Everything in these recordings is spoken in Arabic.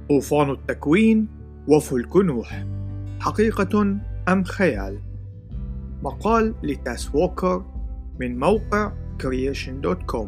طوفان التكوين وفلك نوح، حقيقة أم خيال؟ مقال لتاس ووكر من موقع creation.com.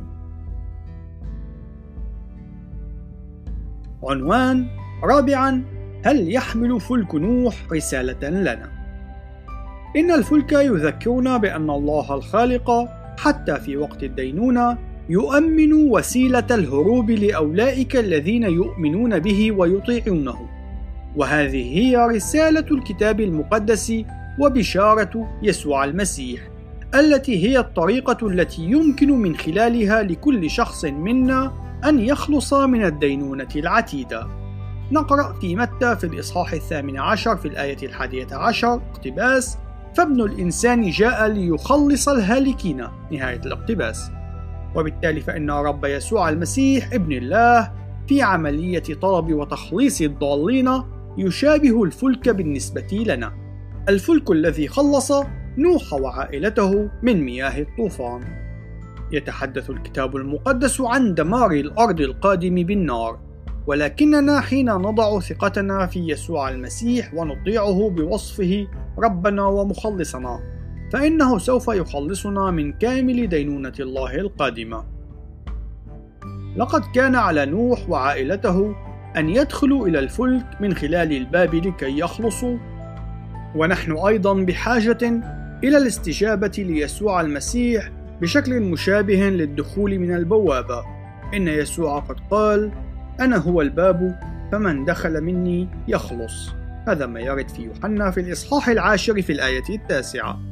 عنوان: رابعاً، هل يحمل فلك نوح رسالة لنا؟ إن الفلك يذكرنا بأن الله الخالق حتى في وقت الدينونة يؤمن وسيلة الهروب لأولئك الذين يؤمنون به ويطيعونه، وهذه هي رسالة الكتاب المقدس وبشارة يسوع المسيح، التي هي الطريقة التي يمكن من خلالها لكل شخص منا أن يخلص من الدينونة العتيدة. نقرأ في متى في الإصحاح 18 في الآية 11 اقتباس: فابن الإنسان جاء ليخلص الهالكين، نهاية الاقتباس. وبالتالي فإن رب يسوع المسيح ابن الله في عملية طلب وتخليص الضالين يشابه الفلك بالنسبة لنا، الفلك الذي خلص نوح وعائلته من مياه الطوفان. يتحدث الكتاب المقدس عن دمار الأرض القادم بالنار، ولكننا حين نضع ثقتنا في يسوع المسيح ونطيعه بوصفه ربنا ومخلصنا، فإنه سوف يخلصنا من كامل دينونة الله القادمة. لقد كان على نوح وعائلته أن يدخلوا إلى الفلك من خلال الباب لكي يخلصوا، ونحن أيضا بحاجة إلى الاستجابة ليسوع المسيح بشكل مشابه للدخول من البوابة. إن يسوع قد قال: أنا هو الباب، فمن دخل مني يخلص. هذا ما يرد في يوحنا في الإصحاح 10 في الآية 9.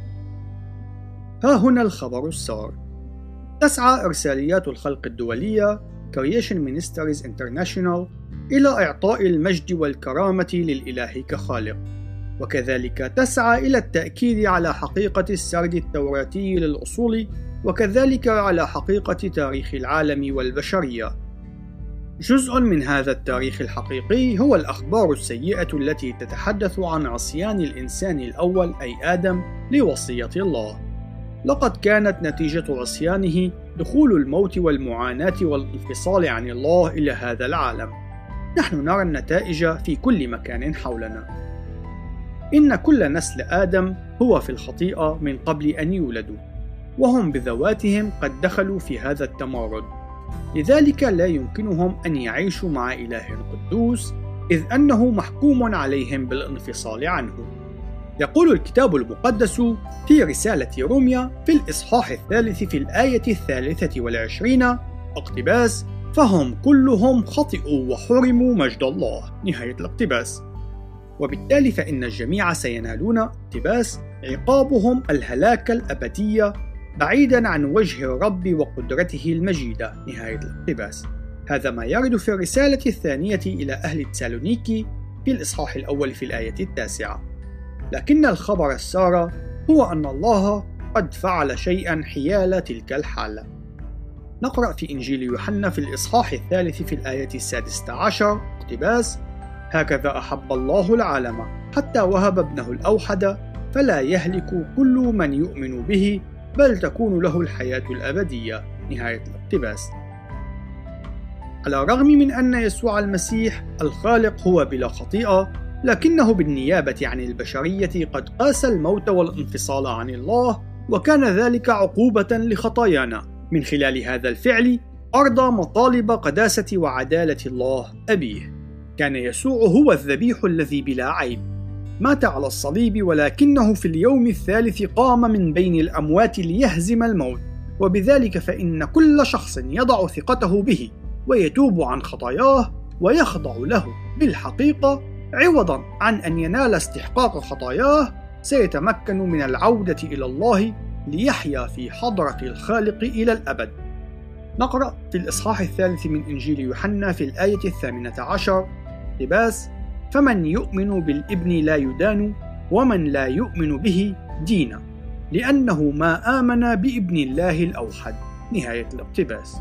ها هنا الخبر السار. تسعى إرساليات الخلق الدولية Creation Ministries International إلى إعطاء المجد والكرامة للإله كخالق، وكذلك تسعى إلى التأكيد على حقيقة السرد التوراتي للأصول، وكذلك على حقيقة تاريخ العالم والبشرية. جزء من هذا التاريخ الحقيقي هو الأخبار السيئة التي تتحدث عن عصيان الإنسان الأول أي آدم لوصية الله. لقد كانت نتيجة عصيانه دخول الموت والمعاناة والانفصال عن الله إلى هذا العالم. نحن نرى النتائج في كل مكان حولنا. إن كل نسل آدم هو في الخطيئة من قبل أن يولدوا، وهم بذواتهم قد دخلوا في هذا التمارد، لذلك لا يمكنهم أن يعيشوا مع إله قدوس، إذ أنه محكوم عليهم بالانفصال عنه. يقول الكتاب المقدس في رسالة روميا في الإصحاح 3 في الآية 23 اقتباس: فهم كلهم خطئوا وحرموا مجد الله، نهاية الاقتباس. وبالتالي فإن الجميع سينالون اقتباس عقابهم الهلاك الأبدية بعيدا عن وجه الرب وقدرته المجيدة، نهاية الاقتباس. هذا ما يرد في الرسالة الثانية إلى أهل تسالونيكي في الإصحاح الأول في الآية 9. لكن الخبر السار هو أن الله قد فعل شيئا حيال تلك الحالة. نقرأ في إنجيل يوحنا في الإصحاح 3 في الآية 16 اقتباس: هكذا أحب الله العالم حتى وهب ابنه الأوحد فلا يهلك كل من يؤمن به بل تكون له الحياة الأبدية، نهاية الاقتباس. على الرغم من أن يسوع المسيح الخالق هو بلا خطيئة، لكنه بالنيابة عن البشرية قد قاس الموت والانفصال عن الله، وكان ذلك عقوبة لخطايانا. من خلال هذا الفعل أرضى مطالب قداسة وعدالة الله أبيه. كان يسوع هو الذبيح الذي بلا عيب، مات على الصليب، ولكنه في اليوم الثالث قام من بين الأموات ليهزم الموت. وبذلك فإن كل شخص يضع ثقته به ويتوب عن خطاياه ويخضع له بالحقيقة عوضا عن أن ينال استحقاق خطاياه سيتمكن من العودة إلى الله ليحيا في حضرة الخالق إلى الأبد. نقرأ في الإصحاح 3 من إنجيل يوحنا في الآية 18 اقتباس: فمن يؤمن بالابن لا يدان، ومن لا يؤمن به دين، لأنه ما آمن بابن الله الأوحد، نهاية الاقتباس.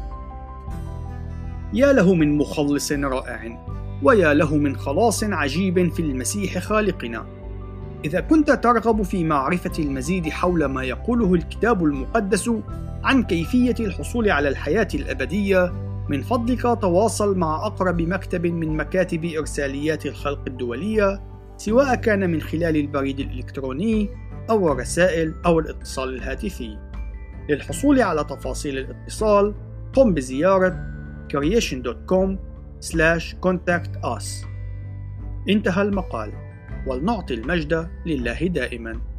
يا له من مخلص رائع، ويا له من خلاص عجيب في المسيح خالقنا. إذا كنت ترغب في معرفة المزيد حول ما يقوله الكتاب المقدس عن كيفية الحصول على الحياة الأبدية، من فضلك تواصل مع أقرب مكتب من مكاتب إرساليات الخلق الدولية، سواء كان من خلال البريد الإلكتروني أو الرسائل أو الاتصال الهاتفي. للحصول على تفاصيل الاتصال قم بزيارة creation.com/contact us. انتهى المقال، ولنعطي المجد لله دائما.